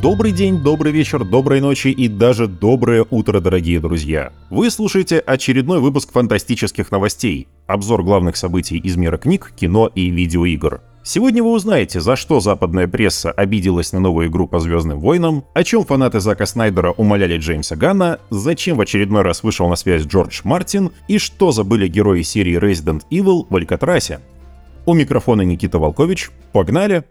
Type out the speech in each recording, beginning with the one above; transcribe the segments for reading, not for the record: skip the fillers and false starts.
Добрый день, добрый вечер, доброй ночи и даже доброе утро, дорогие друзья. Вы слушаете очередной выпуск фантастических новостей. Обзор главных событий из мира книг, кино и видеоигр. Сегодня вы узнаете, за что западная пресса обиделась на новую игру по Звездным войнам, о чем фанаты Зака Снайдера умоляли Джеймса Ганна, зачем в очередной раз вышел на связь Джордж Мартин и что забыли герои серии Resident Evil в Алькатрасе. У микрофона Никита Волкович. Погнали!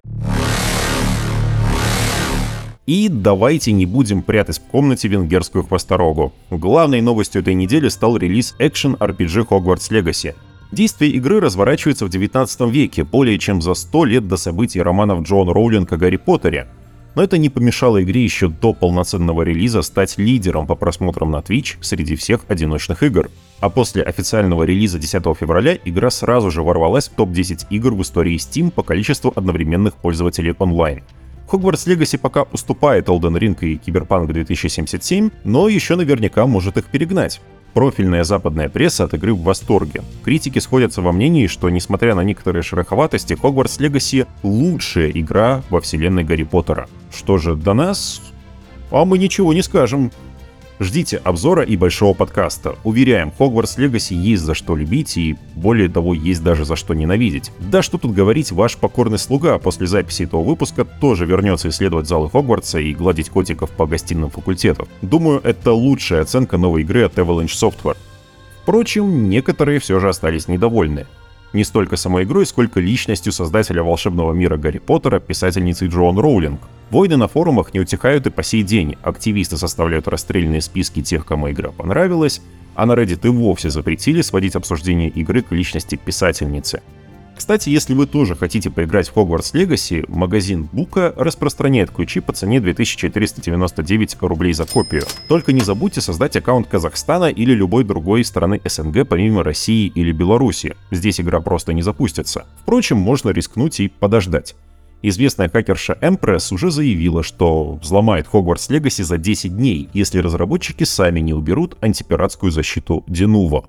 И давайте не будем прятать в комнате венгерскую хвосторогу. Главной новостью этой недели стал релиз экшен-RPG Hogwarts Legacy. Действие игры разворачивается в 19 веке, более чем за 100 лет до событий романов Джоан Роулинг о Гарри Поттере. Но это не помешало игре еще до полноценного релиза стать лидером по просмотрам на Twitch среди всех одиночных игр. А после официального релиза 10 февраля игра сразу же ворвалась в топ-10 игр в истории Steam по количеству одновременных пользователей онлайн. Hogwarts Legacy пока уступает Elden Ring и Cyberpunk 2077, но еще наверняка может их перегнать. Профильная западная пресса от игры в восторге. Критики сходятся во мнении, что, несмотря на некоторые шероховатости, Hogwarts Legacy — лучшая игра во вселенной Гарри Поттера. Что же до нас? А мы ничего не скажем. Ждите обзора и большого подкаста. Уверяем, Hogwarts Legacy есть за что любить и, более того, есть даже за что ненавидеть. Да что тут говорить, ваш покорный слуга после записи этого выпуска тоже вернется исследовать залы Хогвартса и гладить котиков по гостиным факультетам. Думаю, это лучшая оценка новой игры от Avalanche Software. Впрочем, некоторые все же остались недовольны. Не столько самой игрой, сколько личностью создателя волшебного мира Гарри Поттера, писательницы Джоан Роулинг. Войны на форумах не утихают и по сей день. Активисты составляют расстрельные списки тех, кому игра понравилась, а на Reddit и вовсе запретили сводить обсуждение игры к личности писательницы. Кстати, если вы тоже хотите поиграть в Hogwarts Legacy, магазин Бука распространяет ключи по цене 2499 рублей за копию. Только не забудьте создать аккаунт Казахстана или любой другой страны СНГ помимо России или Беларуси. Здесь игра просто не запустится. Впрочем, можно рискнуть и подождать. Известная хакерша Empress уже заявила, что взломает Hogwarts Legacy за 10 дней, если разработчики сами не уберут антипиратскую защиту Denuvo.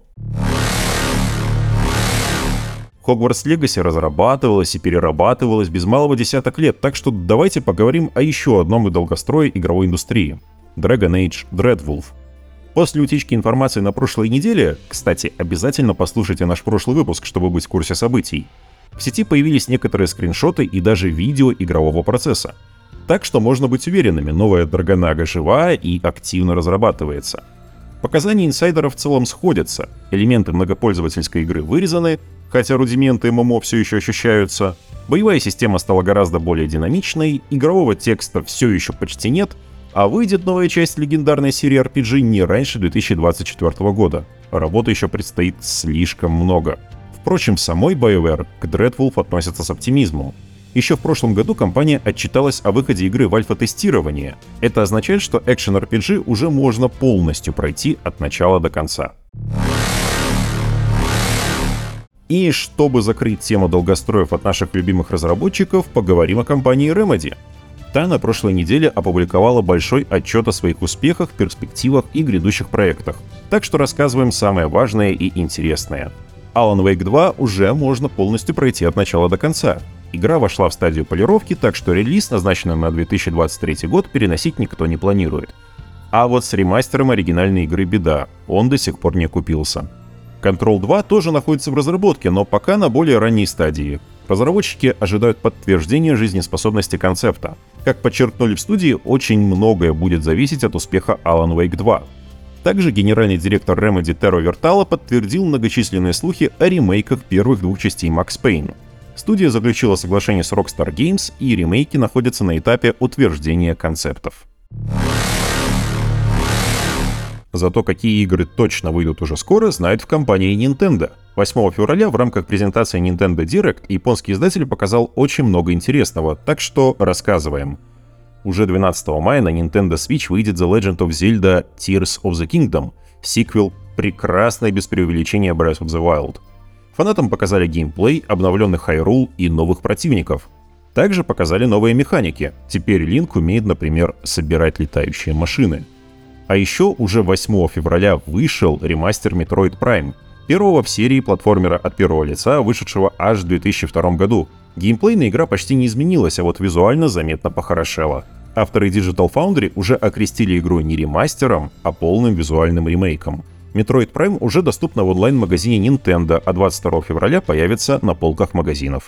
Hogwarts Legacy разрабатывалась и перерабатывалась без малого десяток лет, так что давайте поговорим о еще одном долгострое игровой индустрии — Dragon Age Dreadwolf. После утечки информации на прошлой неделе, кстати, обязательно послушайте наш прошлый выпуск, чтобы быть в курсе событий, в сети появились некоторые скриншоты и даже видео игрового процесса. Так что можно быть уверенными, новая Драгонага жива и активно разрабатывается. Показания инсайдеров в целом сходятся, элементы многопользовательской игры вырезаны, хотя рудименты ММО все еще ощущаются, боевая система стала гораздо более динамичной, игрового текста все еще почти нет, а выйдет новая часть легендарной серии RPG не раньше 2024 года. Работы еще предстоит слишком много. Впрочем, в самой BioWare к Dreadwolf относятся с оптимизмом. Еще в прошлом году компания отчиталась о выходе игры в альфа-тестирование. Это означает, что экшен-RPG уже можно полностью пройти от начала до конца. И чтобы закрыть тему долгостроев от наших любимых разработчиков, поговорим о компании Remedy. Та на прошлой неделе опубликовала большой отчет о своих успехах, перспективах и грядущих проектах. Так что рассказываем самое важное и интересное. Alan Wake 2 уже можно полностью пройти от начала до конца. Игра вошла в стадию полировки, так что релиз, назначенный на 2023 год, переносить никто не планирует. А вот с ремастером оригинальной игры беда, он до сих пор не окупился. Control 2 тоже находится в разработке, но пока на более ранней стадии. Разработчики ожидают подтверждения жизнеспособности концепта. Как подчеркнули в студии, очень многое будет зависеть от успеха Alan Wake 2. Также генеральный директор Remedy Tero Вертала подтвердил многочисленные слухи о ремейках первых двух частей Max Payne. Студия заключила соглашение с Rockstar Games, и ремейки находятся на этапе утверждения концептов. Зато какие игры точно выйдут уже скоро, знают в компании Nintendo. 8 февраля в рамках презентации Nintendo Direct японский издатель показал очень много интересного, так что рассказываем. Уже 12 мая на Nintendo Switch выйдет The Legend of Zelda Tears of the Kingdom, сиквел прекрасной без преувеличения Breath of the Wild. Фанатам показали геймплей, обновленный Hyrule и новых противников. Также показали новые механики. Теперь Линк умеет, например, собирать летающие машины. А еще уже 8 февраля вышел ремастер Metroid Prime, первого в серии платформера от первого лица, вышедшего аж в 2002 году. Геймплейная игра почти не изменилась, а вот визуально заметно похорошела. Авторы Digital Foundry уже окрестили игру не ремастером, а полным визуальным ремейком. Metroid Prime уже доступна в онлайн-магазине Nintendo, а 22 февраля появится на полках магазинов.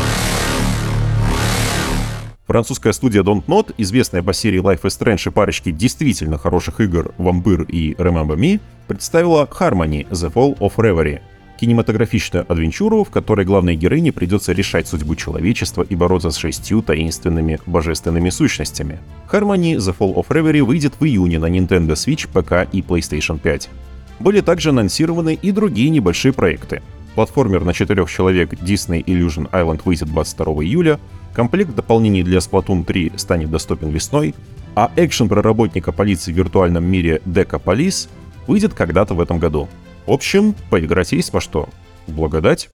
Французская студия Dontnod, известная по серии Life is Strange и парочке действительно хороших игр Vampire и Remember Me, представила Harmony: The Fall of Reverie, кинематографичную адвенчуру, в которой главной героине придется решать судьбу человечества и бороться с 6 таинственными божественными сущностями. Harmony: The Fall of Reverie выйдет в июне на Nintendo Switch, ПК и PlayStation 5. Были также анонсированы и другие небольшие проекты. Платформер на 4 человек Disney Illusion Island выйдет 22 июля, комплект дополнений для Splatoon 3 станет доступен весной, а экшен про работника полиции в виртуальном мире Deca Police выйдет когда-то в этом году. В общем, поиграть есть во что. Благодать.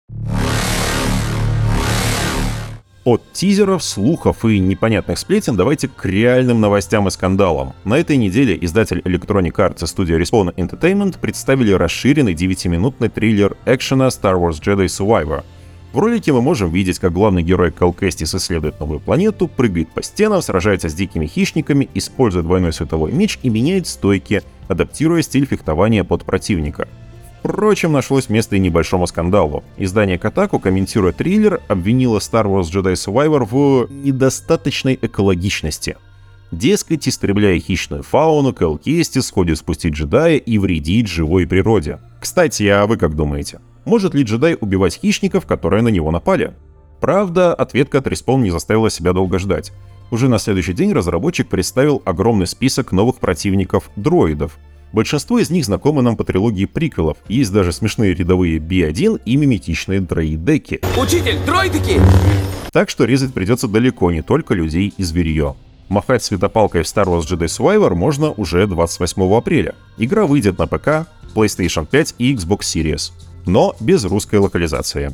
От тизеров, слухов и непонятных сплетен давайте к реальным новостям и скандалам. На этой неделе издатель Electronic Arts и студия Respawn Entertainment представили расширенный 9-минутный триллер экшена Star Wars Jedi Survivor. В ролике мы можем видеть, как главный герой Кал Кестис исследует новую планету, прыгает по стенам, сражается с дикими хищниками, использует двойной световой меч и меняет стойки, адаптируя стиль фехтования под противника. Впрочем, нашлось место и небольшому скандалу. Издание Kotaku, комментируя триллер, обвинило Star Wars Jedi Survivor в недостаточной экологичности. Дескать, истребляя хищную фауну, Кал Кестис сходит спустить джедая и вредит живой природе. Кстати, а вы как думаете? Может ли джедай убивать хищников, которые на него напали? Правда, ответка от Respawn не заставила себя долго ждать. Уже на следующий день разработчик представил огромный список новых противников дроидов. Большинство из них знакомы нам по трилогии приквелов, есть даже смешные рядовые B1 и миметичные дроидеки. Учитель, дроидеки! Так что резать придется далеко не только людей и зверье. Махать светопалкой в Star Wars Jedi Survivor можно уже 28 апреля. Игра выйдет на ПК, PlayStation 5 и Xbox Series, но без русской локализации.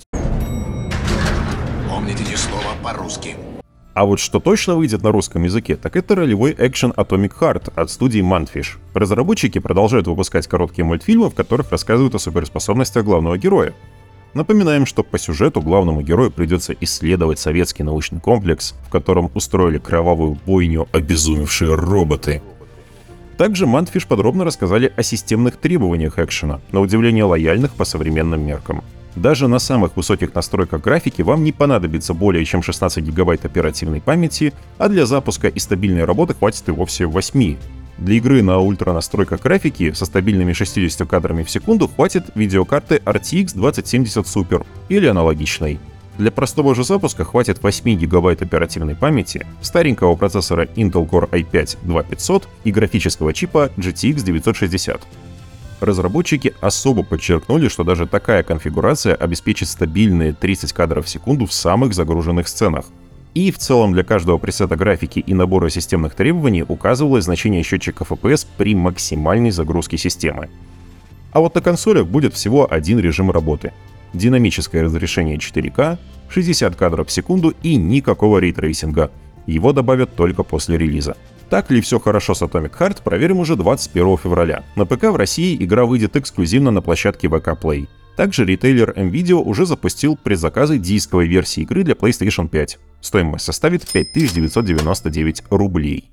Помните ни слова по-русски. А вот что точно выйдет на русском языке, так это ролевой экшен Atomic Heart от студии Mundfish. Разработчики продолжают выпускать короткие мультфильмы, в которых рассказывают о суперспособностях главного героя. Напоминаем, что по сюжету главному герою придется исследовать советский научный комплекс, в котором устроили кровавую бойню обезумевшие роботы. Также Mundfish подробно рассказали о системных требованиях экшена, на удивление лояльных по современным меркам. Даже на самых высоких настройках графики вам не понадобится более чем 16 гигабайт оперативной памяти, а для запуска и стабильной работы хватит и вовсе 8. Для игры на ультранастройках графики со стабильными 60 кадрами в секунду хватит видеокарты RTX 2070 Super или аналогичной. Для простого же запуска хватит 8 гигабайт оперативной памяти, старенького процессора Intel Core i5-2500 и графического чипа GTX 960. Разработчики особо подчеркнули, что даже такая конфигурация обеспечит стабильные 30 кадров в секунду в самых загруженных сценах. И в целом для каждого пресета графики и набора системных требований указывалось значение счетчика FPS при максимальной загрузке системы. А вот на консолях будет всего один режим работы. Динамическое разрешение 4К, 60 кадров в секунду и никакого рейтрейсинга. Его добавят только после релиза. Так ли все хорошо с Atomic Heart, проверим уже 21 февраля. На ПК в России игра выйдет эксклюзивно на площадке VK Play. Также ритейлер MVideo уже запустил предзаказы дисковой версии игры для PlayStation 5. Стоимость составит 5999 рублей.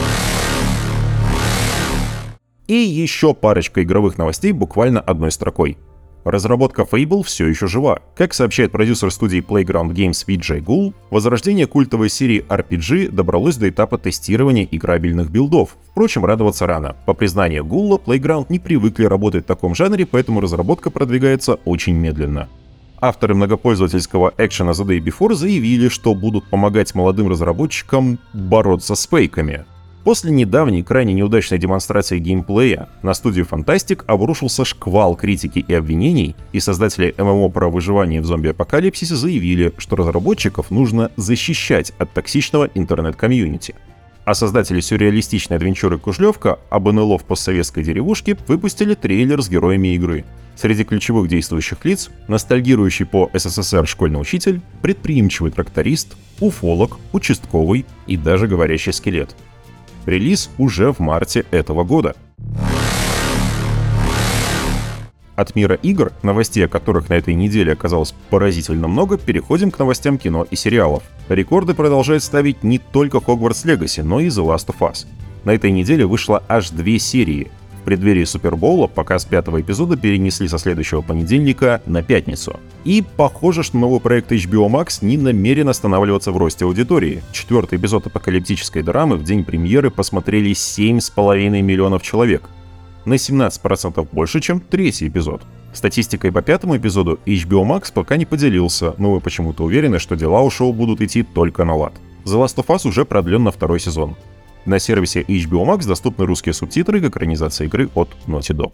И еще парочка игровых новостей буквально одной строкой. Разработка Fable все еще жива. Как сообщает продюсер студии Playground Games Vijay Gool, возрождение культовой серии RPG добралось до этапа тестирования играбельных билдов. Впрочем, радоваться рано. По признанию Гулла, Playground не привыкли работать в таком жанре, поэтому разработка продвигается очень медленно. Авторы многопользовательского экшена The Day Before заявили, что будут помогать молодым разработчикам бороться с фейками. После недавней крайне неудачной демонстрации геймплея на студию Fantastic обрушился шквал критики и обвинений, и создатели ММО про выживание в зомби-апокалипсисе заявили, что разработчиков нужно защищать от токсичного интернет-комьюнити. А создатели сюрреалистичной адвенчуры «Кужлевка» об НЛО в постсоветской деревушке выпустили трейлер с героями игры. Среди ключевых действующих лиц — ностальгирующий по СССР школьный учитель, предприимчивый тракторист, уфолог, участковый и даже говорящий скелет. Релиз уже в марте этого года. От мира игр, новостей о которых на этой неделе оказалось поразительно много, переходим к новостям кино и сериалов. Рекорды продолжает ставить не только Hogwarts Legacy, но и The Last of Us. На этой неделе вышло аж 2 серии. В преддверии Супербоула показ 5-го эпизода перенесли со следующего понедельника на пятницу. И похоже, что новый проект HBO Max не намерен останавливаться в росте аудитории. 4-й эпизод апокалиптической драмы в день премьеры посмотрели 7,5 миллионов человек. На 17% больше, чем 3-й эпизод. Статистикой по 5-му эпизоду HBO Max пока не поделился, но мы почему-то уверены, что дела у шоу будут идти только на лад. The Last of Us уже продлен на 2-й сезон. На сервисе HBO Max доступны русские субтитры к экранизации игры от Naughty Dog.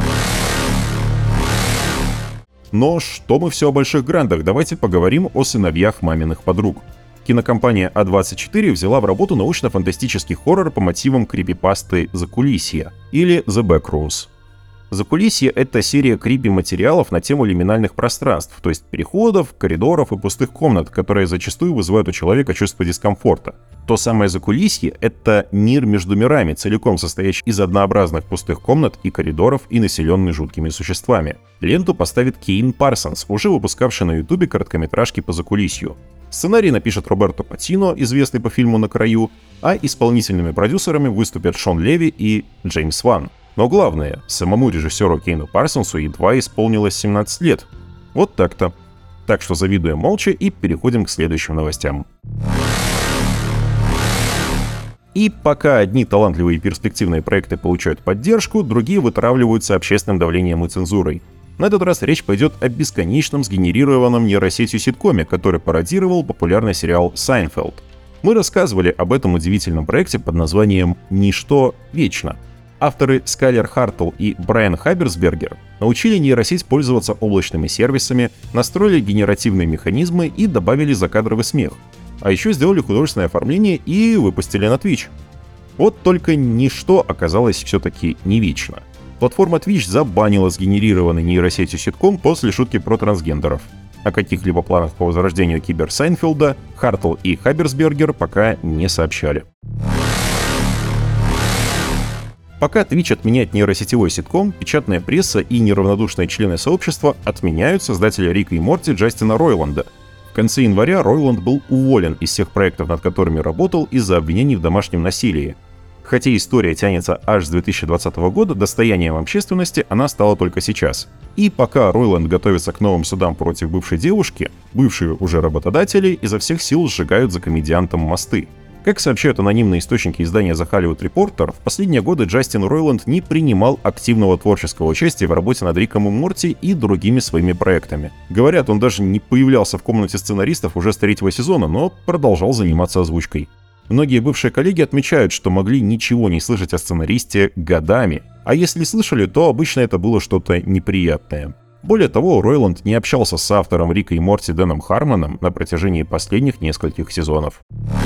Но что мы все о больших грандах, давайте поговорим о сыновьях маминых подруг. Кинокомпания А24 взяла в работу научно-фантастический хоррор по мотивам крипипасты «Закулисье» или «The Backrooms». «Закулисье» — это серия крипи-материалов на тему лиминальных пространств, то есть переходов, коридоров и пустых комнат, которые зачастую вызывают у человека чувство дискомфорта. То самое «Закулисье» — это мир между мирами, целиком состоящий из однообразных пустых комнат и коридоров и населенный жуткими существами. Ленту поставит Кейн Парсонс, уже выпускавший на Ютубе короткометражки по «Закулисью». Сценарий напишет Роберто Патино, известный по фильму «На краю», а исполнительными продюсерами выступят Шон Леви и Джеймс Ван. Но главное, самому режиссеру Кейну Парсонсу едва исполнилось 17 лет. Вот так-то. Так что завидуем молча и переходим к следующим новостям. И пока одни талантливые и перспективные проекты получают поддержку, другие вытравливаются общественным давлением и цензурой. На этот раз речь пойдет о бесконечном сгенерированном нейросетью ситкоме, который пародировал популярный сериал «Сайнфелд». Мы рассказывали об этом удивительном проекте под названием «Ничто вечно». Авторы Скайлер Хартл и Брайан Хаберсбергер научили нейросеть пользоваться облачными сервисами, настроили генеративные механизмы и добавили закадровый смех. А еще сделали художественное оформление и выпустили на Twitch. Вот только ничто оказалось все-таки не вечно. Платформа Twitch забанила сгенерированный нейросетью ситком после шутки про трансгендеров. О каких-либо планах по возрождению кибер Сайнфелда Хартл и Хаберсбергер пока не сообщали. Пока Twitch отменяет нейросетевой ситком, печатная пресса и неравнодушные члены сообщества отменяют создателя Рика и Морти Джастина Ройланда. В конце января Ройланд был уволен из всех проектов, над которыми работал, из-за обвинений в домашнем насилии. Хотя история тянется аж с 2020 года, достоянием общественности она стала только сейчас. И пока Ройланд готовится к новым судам против бывшей девушки, бывшие уже работодатели изо всех сил сжигают за комедиантом мосты. Как сообщают анонимные источники издания The Hollywood Reporter, в последние годы Джастин Ройланд не принимал активного творческого участия в работе над Риком и Морти и другими своими проектами. Говорят, он даже не появлялся в комнате сценаристов уже с 3-го сезона, но продолжал заниматься озвучкой. Многие бывшие коллеги отмечают, что могли ничего не слышать о сценаристе годами, а если слышали, то обычно это было что-то неприятное. Более того, Ройланд не общался с автором Рика и Морти Дэном Хармоном на протяжении последних нескольких сезонов.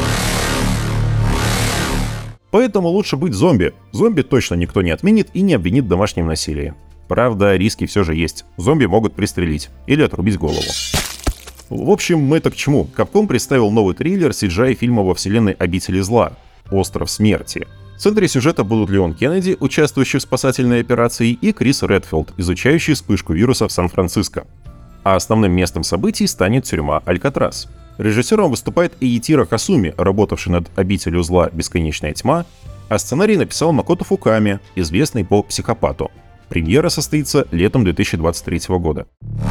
Поэтому лучше быть зомби. Зомби точно никто не отменит и не обвинит в домашнем насилии. Правда, риски все же есть. Зомби могут пристрелить или отрубить голову. В общем, это к чему? Capcom представил новый трейлер CGI-фильма во вселенной Обители Зла «Остров Смерти». В центре сюжета будут Леон Кеннеди, участвующий в спасательной операции, и Крис Редфилд, изучающий вспышку вируса в Сан-Франциско. А основным местом событий станет тюрьма Алькатрас. Режиссером выступает Эйтиро Хасуми, работавший над «Обителью зла. Бесконечная тьма», а сценарий написал Макото Фуками, известный по «Психопату». Премьера состоится летом 2023 года.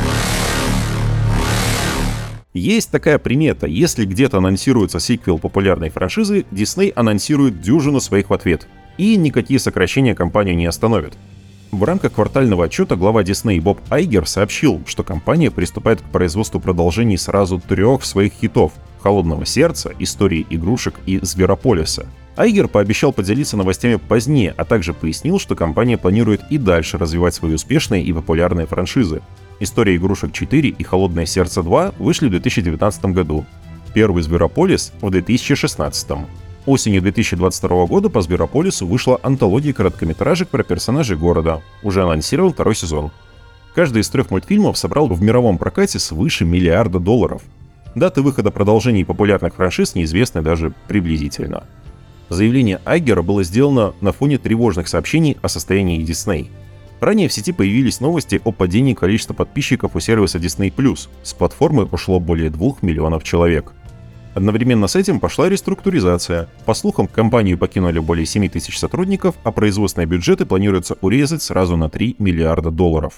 Есть такая примета: если где-то анонсируется сиквел популярной франшизы, Disney анонсирует дюжину своих в ответ, и никакие сокращения компанию не остановят. В рамках квартального отчета глава Disney Боб Айгер сообщил, что компания приступает к производству продолжений сразу 3 своих хитов — «Холодного сердца», «Истории игрушек» и «Зверополиса». Айгер пообещал поделиться новостями позднее, а также пояснил, что компания планирует и дальше развивать свои успешные и популярные франшизы. «История игрушек 4» и «Холодное сердце 2» вышли в 2019 году. Первый «Зверополис» в 2016. Осенью 2022 года по «Зверополису» вышла антология короткометражек про персонажей города. Уже анонсирован 2-й сезон. Каждый из 3 мультфильмов собрал в мировом прокате свыше $1 миллиарда. Даты выхода продолжений популярных франшиз неизвестны даже приблизительно. Заявление Айгера было сделано на фоне тревожных сообщений о состоянии Disney. Ранее в сети появились новости о падении количества подписчиков у сервиса Disney+. С платформы ушло более 2 миллионов человек. Одновременно с этим пошла реструктуризация. По слухам, компанию покинули более 7 тысяч сотрудников, а производственные бюджеты планируется урезать сразу на $3 миллиарда.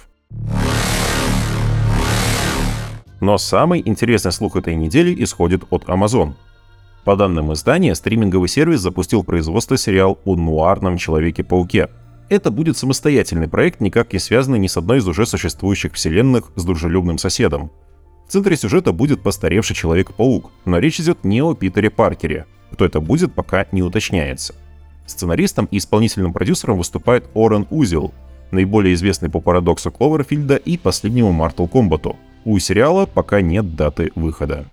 Но самый интересный слух этой недели исходит от Amazon. По данным издания, стриминговый сервис запустил производство сериала о нуарном Человеке-пауке. Это будет самостоятельный проект, никак не связанный ни с одной из уже существующих вселенных с дружелюбным соседом. В центре сюжета будет постаревший Человек-паук, но речь идет не о Питере Паркере. Кто это будет, пока не уточняется. Сценаристом и исполнительным продюсером выступает Орен Узел, наиболее известный по парадоксу Кловерфильда и последнему Mortal Kombat. У сериала пока нет даты выхода.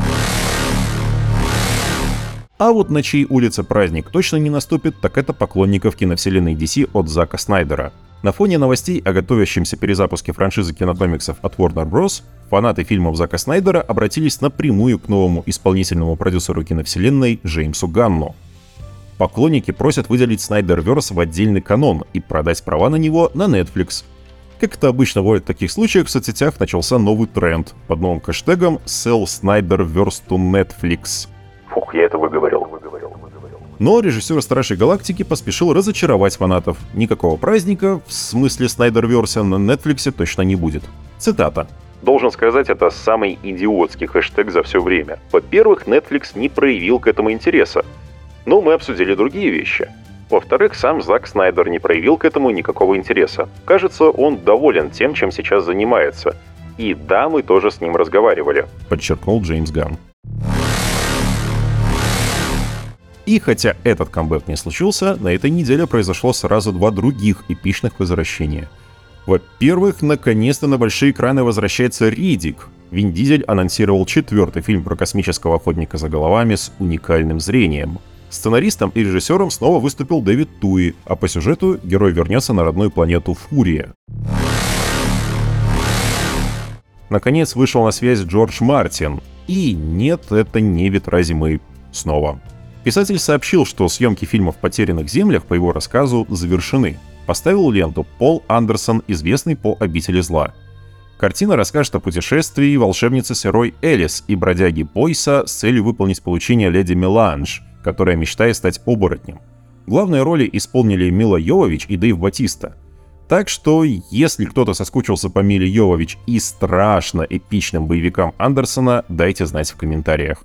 А вот на чьей улице праздник точно не наступит, так это поклонников киновселенной DC от Зака Снайдера. На фоне новостей о готовящемся перезапуске франшизы кинокомиксов от Warner Bros. Фанаты фильмов Зака Снайдера обратились напрямую к новому исполнительному продюсеру киновселенной Джеймсу Ганну. Поклонники просят выделить Снайдерверс в отдельный канон и продать права на него на Netflix. Как это обычно бывает в таких случаях, в соцсетях начался новый тренд под новым хэштегом «Sell Snyderverse to Netflix». Фух, я это выговорил. Но режиссер «Стражей Галактики» поспешил разочаровать фанатов. Никакого праздника, в смысле Снайдерверса, на Netflix точно не будет. Цитата. Должен сказать, это самый идиотский хэштег за все время. Во-первых, Netflix не проявил к этому интереса. Но мы обсудили другие вещи. Во-вторых, сам Зак Снайдер не проявил к этому никакого интереса. Кажется, он доволен тем, чем сейчас занимается. И да, мы тоже с ним разговаривали, подчеркнул Джеймс Ганн. И хотя этот камбэк не случился, на этой неделе произошло сразу два других эпичных возвращения. Во-первых, наконец-то на большие экраны возвращается Риддик. Вин Дизель анонсировал 4-й фильм про космического охотника за головами с уникальным зрением. Сценаристом и режиссером снова выступил Дэвид Туи, а по сюжету герой вернется на родную планету Фурия. Наконец вышел на связь Джордж Мартин. И нет, это не «Ветра зимы» снова. Писатель сообщил, что съемки фильма «В потерянных землях» по его рассказу завершены. Поставил ленту Пол Андерсон, известный по «Обители зла». Картина расскажет о путешествии волшебницы Сырой Элис и бродяги Бойса с целью выполнить получение леди Меланж, которая мечтает стать оборотнем. Главные роли исполнили Мила Йовович и Дэйв Батиста. Так что, если кто-то соскучился по Миле Йовович и страшно эпичным боевикам Андерсона, дайте знать в комментариях.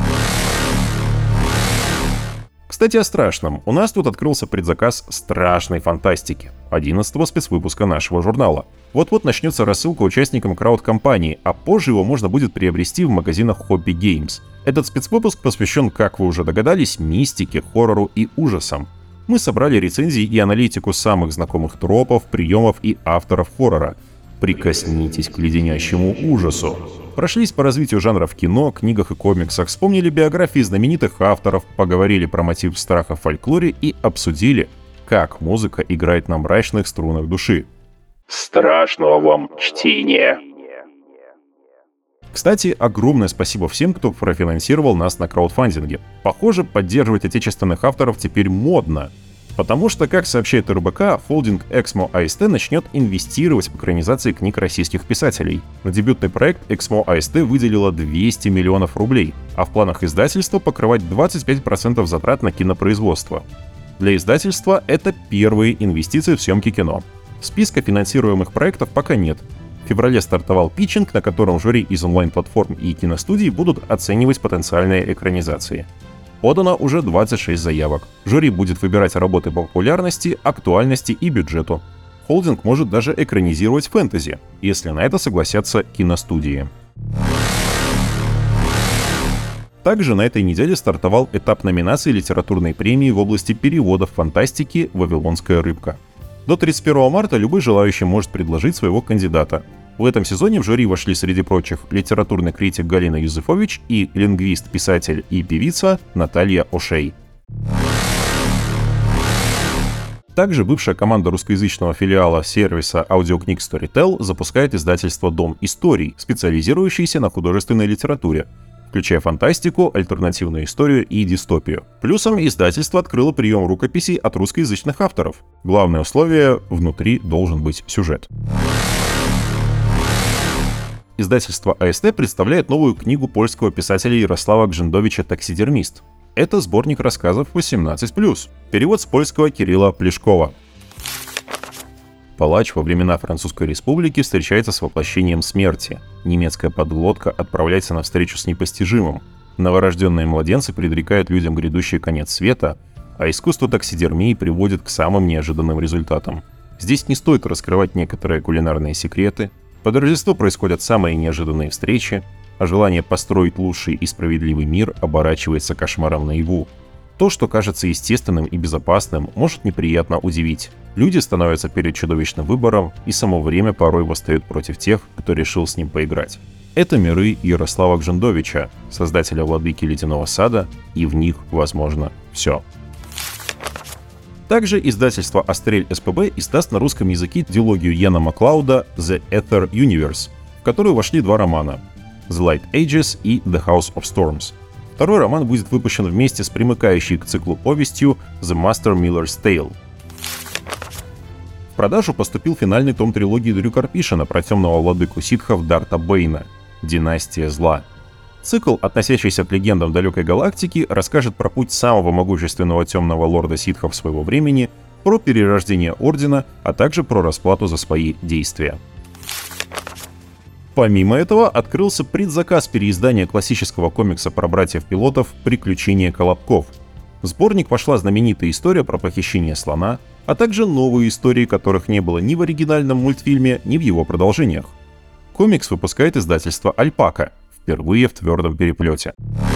Кстати, о страшном. У нас тут открылся предзаказ страшной фантастики, 11-го спецвыпуска нашего журнала. Вот-вот начнется рассылка участникам крауд-компании, а позже его можно будет приобрести в магазинах Hobby Games. Этот спецвыпуск посвящен, как вы уже догадались, мистике, хоррору и ужасам. Мы собрали рецензии и аналитику самых знакомых тропов, приемов и авторов хоррора. Прикоснитесь к леденящему ужасу. Прошлись по развитию жанра в кино, книгах и комиксах, вспомнили биографии знаменитых авторов, поговорили про мотив страха в фольклоре и обсудили, как музыка играет на мрачных струнах души. Страшного вам чтения! Кстати, огромное спасибо всем, кто профинансировал нас на краудфандинге. Похоже, поддерживать отечественных авторов теперь модно. Потому что, как сообщает РБК, холдинг Exmo AST начнет инвестировать в экранизации книг российских писателей. На дебютный проект Exmo AST выделила 200 миллионов рублей, а в планах издательства покрывать 25% затрат на кинопроизводство. Для издательства это первые инвестиции в съемки кино. Списка финансируемых проектов пока нет. В феврале стартовал питчинг, на котором жюри из онлайн-платформ и киностудий будут оценивать потенциальные экранизации. Подано уже 26 заявок. Жюри будет выбирать работы по популярности, актуальности и бюджету. Холдинг может даже экранизировать фэнтези, если на это согласятся киностудии. Также на этой неделе стартовал этап номинации литературной премии в области переводов фантастики «Вавилонская рыбка». До 31 марта любой желающий может предложить своего кандидата. В этом сезоне в жюри вошли среди прочих литературный критик Галина Юзефович и лингвист, писатель и певица Наталья Ошей. Также бывшая команда русскоязычного филиала сервиса аудиокниг Storytel запускает издательство «Дом историй», специализирующееся на художественной литературе. В включая фантастику, альтернативную историю и дистопию. Плюсом издательство открыло прием рукописей от русскоязычных авторов. Главное условие – внутри должен быть сюжет. Издательство АСТ представляет новую книгу польского писателя Ярослава Гжендовича «Таксидермист». Это сборник рассказов 18+. Перевод с польского Кирилла Плешкова. Палач во времена Французской Республики встречается с воплощением смерти. Немецкая подглотка отправляется на встречу с непостижимым. Новорожденные младенцы предрекают людям грядущий конец света, а искусство таксидермии приводит к самым неожиданным результатам. Здесь не стоит раскрывать некоторые кулинарные секреты. Под Рождество происходят самые неожиданные встречи, а желание построить лучший и справедливый мир оборачивается кошмаром наяву. То, что кажется естественным и безопасным, может неприятно удивить. Люди становятся перед чудовищным выбором, и само время порой восстает против тех, кто решил с ним поиграть. Это миры Ярослава Гжендовича, создателя «Владыки Ледяного Сада», и в них возможно все. Также издательство Астрель СПБ издаст на русском языке дилогию Яна Маклауда «The Ether Universe», в которую вошли два романа «The Light Ages» и «The House of Storms». Второй роман будет выпущен вместе с примыкающей к циклу повестью «The Master Miller's Tale». В продажу поступил финальный том трилогии Дрю Карпишина про темного владыку ситхов Дарта Бэйна «Династия зла». Цикл, относящийся к легендам далекой галактики, расскажет про путь самого могущественного темного лорда ситхов своего времени, про перерождение Ордена, а также про расплату за свои действия. Помимо этого, открылся предзаказ переиздания классического комикса про братьев-пилотов «Приключения Колобков». В сборник вошла знаменитая история про похищение слона, а также новые истории, которых не было ни в оригинальном мультфильме, ни в его продолжениях. Комикс выпускает издательство «Альпака», впервые в твердом переплете.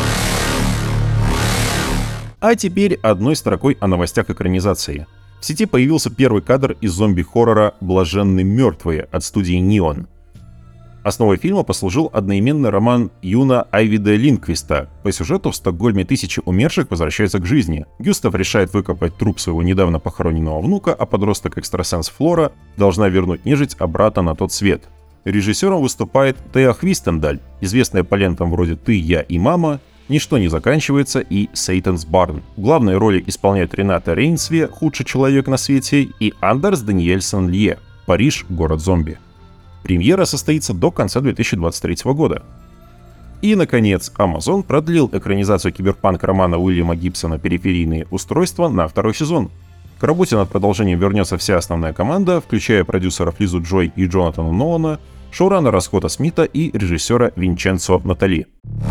А теперь одной строкой о новостях экранизации. В сети появился первый кадр из зомби-хоррора «Блаженны мертвые» от студии Neon. Основой фильма послужил одноименный роман Юна Айвида Линквиста. По сюжету в Стокгольме тысячи умерших возвращаются к жизни. Гюстав решает выкопать труп своего недавно похороненного внука, а подросток-экстрасенс Флора должна вернуть нежить обратно на тот свет. Режиссером выступает Теа Хвистендаль, известная по лентам вроде «Ты, я и мама», «Ничто не заканчивается» и «Сейтанс Барн». Главные роли исполняют Рената Рейнсве, «Худший человек на свете», и Андерс Даниэльсон Лье, «Париж. Город зомби». Премьера состоится до конца 2023 года. И, наконец, Amazon продлил экранизацию киберпанк-романа Уильяма Гибсона «Периферийные устройства» на второй сезон. К работе над продолжением вернется вся основная команда, включая продюсеров Лизу Джой и Джонатана Нолана, шоураннера Скотта Смита и режиссера Винченцо Натали.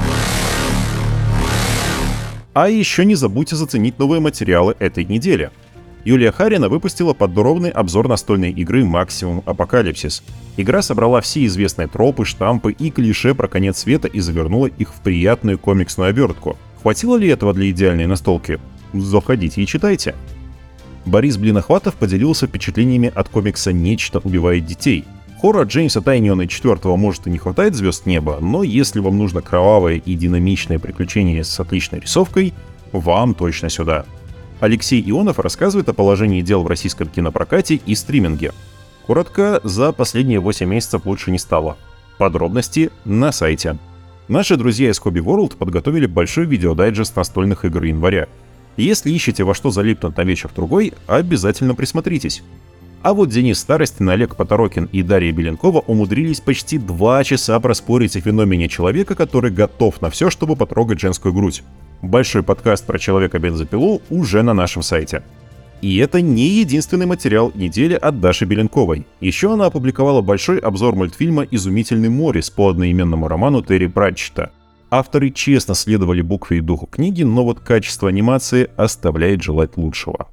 А еще не забудьте заценить новые материалы этой недели. Юлия Харина выпустила подробный обзор настольной игры Maximum Apocalypsis. Игра собрала все известные тропы, штампы и клише про конец света и завернула их в приятную комиксную обертку. Хватило ли этого для идеальной настолки? Заходите и читайте. Борис Блинохватов поделился впечатлениями от комикса «Нечто убивает детей». Хоррор Джеймса Тайниона IV может и не хватает звезд неба, но если вам нужно кровавое и динамичное приключение с отличной рисовкой, вам точно сюда. Алексей Ионов рассказывает о положении дел в российском кинопрокате и стриминге. Коротко, за последние 8 месяцев лучше не стало. Подробности на сайте. Наши друзья из Hobby World подготовили большой видеодайджест настольных игр января. Если ищете во что залипнуть на вечер-другой, обязательно присмотритесь. А вот Денис Старостин, Олег Поторокин и Дарья Беленкова умудрились почти 2 часа проспорить о феномене человека, который готов на все, чтобы потрогать женскую грудь. Большой подкаст про человека-бензопилу уже на нашем сайте. И это не единственный материал недели от Даши Беленковой. Еще она опубликовала большой обзор мультфильма «Изумительный Моррис» по одноименному роману Терри Пратчетта. Авторы честно следовали букве и духу книги, но вот качество анимации оставляет желать лучшего.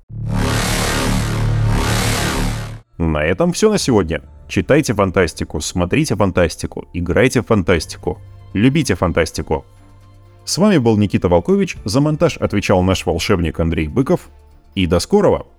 На этом все на сегодня. Читайте фантастику, смотрите фантастику, играйте в фантастику, любите фантастику. С вами был Никита Волкович, за монтаж отвечал наш волшебник Андрей Быков. И до скорого!